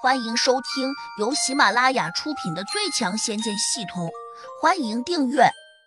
欢迎收听由喜马拉雅出品的《最强仙剑系统》，欢迎订阅。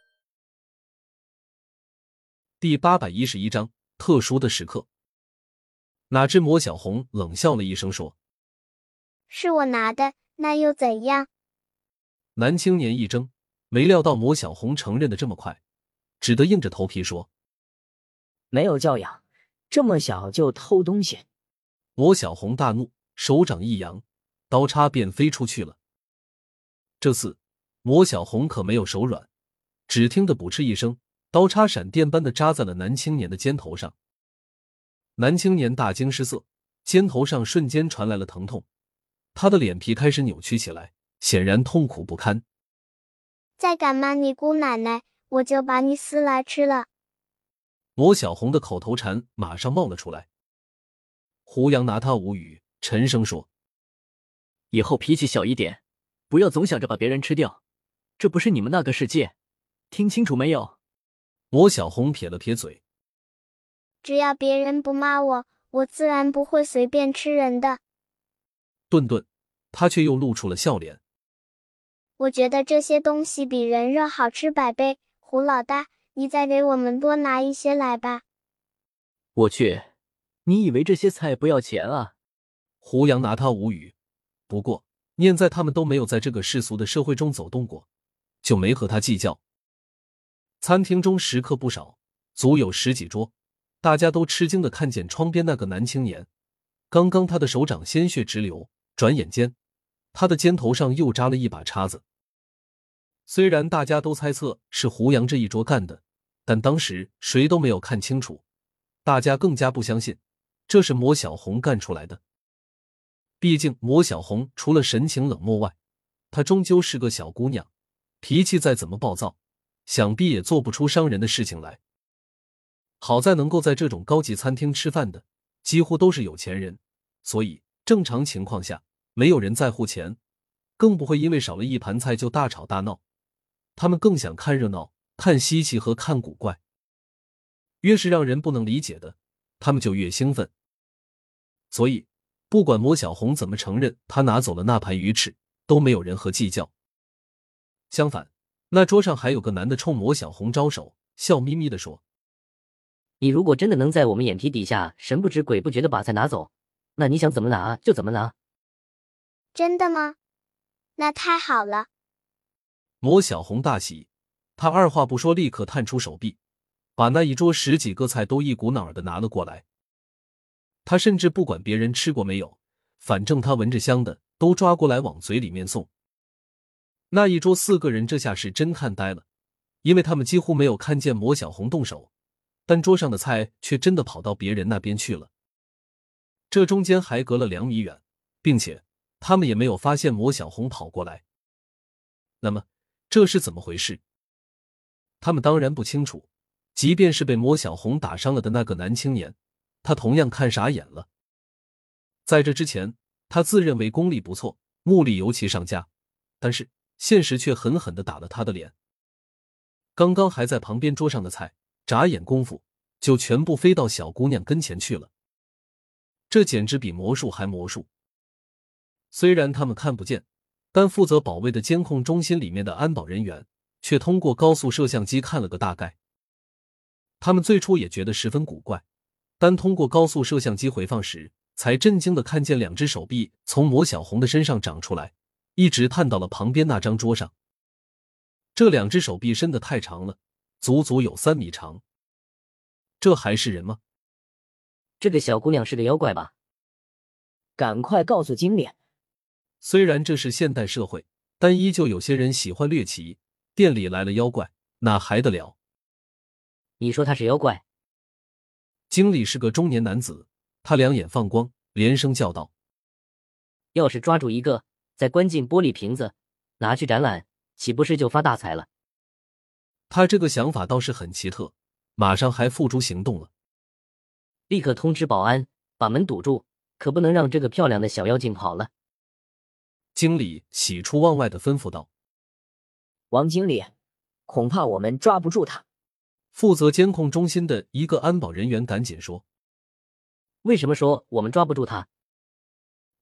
第811章特殊的时刻。哪知魔小红冷笑了一声说：“ 是我拿的，那又怎样？” 男青年一怔，没料到魔小红承认的这么快，只得硬着头皮说：“ 没有教养，这么小就偷东西。” 魔小红大怒，手掌一扬，刀叉便飞出去了。这次魔小红可没有手软，只听得噗嗤一声，刀叉闪电般的扎在了男青年的肩头上。男青年大惊失色，肩头上瞬间传来了疼痛，他的脸皮开始扭曲起来，显然痛苦不堪。 再敢骂你姑奶奶，我就把你撕来吃了。 魔小红的口头禅马上冒了出来。胡杨拿他无语，沉声说：“ 以后脾气小一点，不要总想着把别人吃掉，这不是你们那个世界，听清楚没有？” 魔小红撇了撇嘴：“ 只要别人不骂我，我自然不会随便吃人的。” 顿顿，他却又露出了笑脸：“ 我觉得这些东西比人肉好吃100倍，胡老大，你再给我们多拿一些来吧。” 我去，你以为这些菜不要钱啊？ 胡杨拿他无语，不过念在他们都没有在这个世俗的社会中走动过，就没和他计较。餐厅中食客不少，足有10几桌，大家都吃惊地看见窗边那个男青年，刚刚他的手掌鲜血直流，转眼间他的肩头上又扎了一把叉子。虽然大家都猜测是胡杨这一桌干的，但当时谁都没有看清楚，大家更加不相信这是魔小红干出来的。毕竟魔小红除了神情冷漠外，她终究是个小姑娘，脾气再怎么暴躁，想必也做不出伤人的事情来。好在能够在这种高级餐厅吃饭的几乎都是有钱人，所以正常情况下没有人在乎钱，更不会因为少了一盘菜就大吵大闹。他们更想看热闹、看稀奇和看古怪。越是让人不能理解的，他们就越兴奋。所以不管魔小红怎么承认他拿走了那盘鱼翅，都没有人和计较。相反，那桌上还有个男的冲魔小红招手，笑眯眯地说：“ 你如果真的能在我们眼皮底下神不知鬼不觉的把菜拿走，那你想怎么拿就怎么拿。” 真的吗？那太好了。 魔小红大喜，他二话不说立刻探出手臂，把那一桌10几个菜都一股脑儿的拿了过来。他甚至不管别人吃过没有，反正他闻着香的都抓过来往嘴里面送。那一桌4个人这下是真看呆了，因为他们几乎没有看见魔小红动手，但桌上的菜却真的跑到别人那边去了。这中间还隔了2米远，并且他们也没有发现魔小红跑过来。那么这是怎么回事？他们当然不清楚，即便是被魔小红打伤了的那个男青年，他同样看傻眼了。在这之前，他自认为功力不错，目力尤其上佳，但是现实却狠狠地打了他的脸。刚刚还在旁边桌上的菜，眨眼功夫就全部飞到小姑娘跟前去了。这简直比魔术还魔术。虽然他们看不见，但负责保卫的监控中心里面的安保人员却通过高速摄像机看了个大概。他们最初也觉得十分古怪，但通过高速摄像机回放时，才震惊地看见2只手臂从魔小红的身上长出来，一直探到了旁边那张桌上。这2只手臂伸得太长了，足足有3米长。这还是人吗？ 这个小姑娘是个妖怪吧？赶快告诉经理。 虽然这是现代社会，但依旧有些人喜欢猎奇，店里来了妖怪，哪还得了？ 你说他是妖怪？ 经理是个中年男子，他2眼放光，连声叫道：“ 要是抓住一个，再关进玻璃瓶子，拿去展览，岂不是就发大财了？” 他这个想法倒是很奇特，马上还付诸行动了。 立刻通知保安，把门堵住，可不能让这个漂亮的小妖精跑了。 经理喜出望外地吩咐道：“ 王经理，恐怕我们抓不住他。” 负责监控中心的一个安保人员赶紧说：“ 为什么说我们抓不住他？”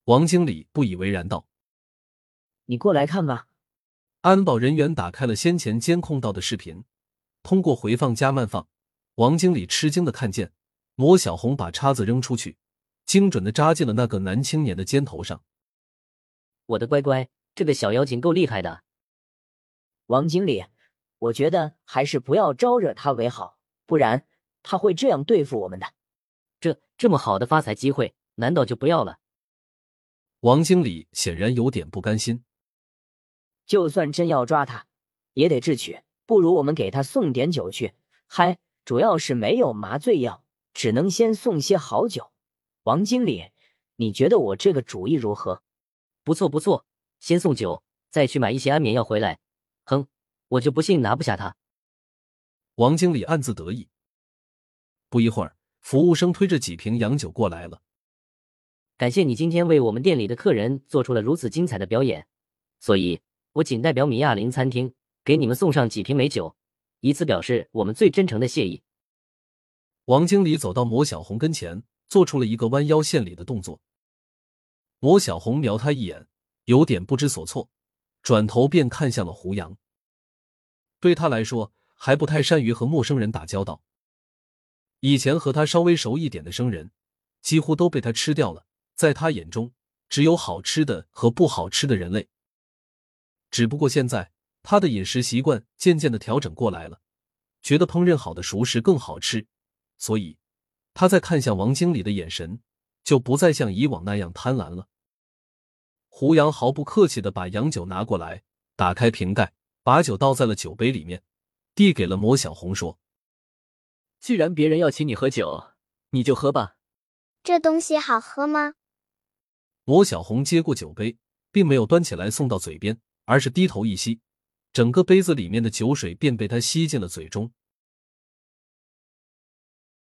王经理不以为然道。 你过来看吧。 安保人员打开了先前监控到的视频，通过回放加慢放，王经理吃惊地看见罗小红把叉子扔出去，精准地扎进了那个男青年的肩头上。 我的乖乖，这个小妖精够厉害的。 王经理，我觉得还是不要招惹他为好，不然他会这样对付我们的。 这么好的发财机会，难道就不要了？ 王经理显然有点不甘心。 就算真要抓他，也得智取，不如我们给他送点酒去。嗨，主要是没有麻醉药，只能先送些好酒。王经理，你觉得我这个主意如何？ 不错不错，先送酒，再去买一些安眠药回来。哼，我就不信拿不下他。 王经理暗自得意。不一会儿，服务生推着几瓶洋酒过来了。 感谢你今天为我们店里的客人做出了如此精彩的表演，所以我仅代表米亚林餐厅给你们送上几瓶美酒，以此表示我们最真诚的谢意。 王经理走到魔小红跟前，做出了一个弯腰献礼的动作。魔小红瞄他一眼，有点不知所措，转头便看向了胡杨。对他来说，还不太善于和陌生人打交道。以前和他稍微熟一点的生人，几乎都被他吃掉了，在他眼中，只有好吃的和不好吃的人类。只不过现在，他的饮食习惯渐渐地调整过来了，觉得烹饪好的熟食更好吃，所以他在看向王经理的眼神就不再像以往那样贪婪了。胡杨毫不客气地把洋酒拿过来，打开瓶盖，把酒倒在了酒杯里面，递给了魔小红说： 既然别人要请你喝酒，你就喝吧。 这东西好喝吗？ 魔小红接过酒杯，并没有端起来送到嘴边，而是低头一吸，整个杯子里面的酒水便被他吸进了嘴中。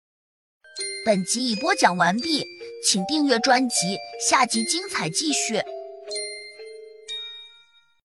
本集已播讲完毕，请订阅专辑，下集精彩继续。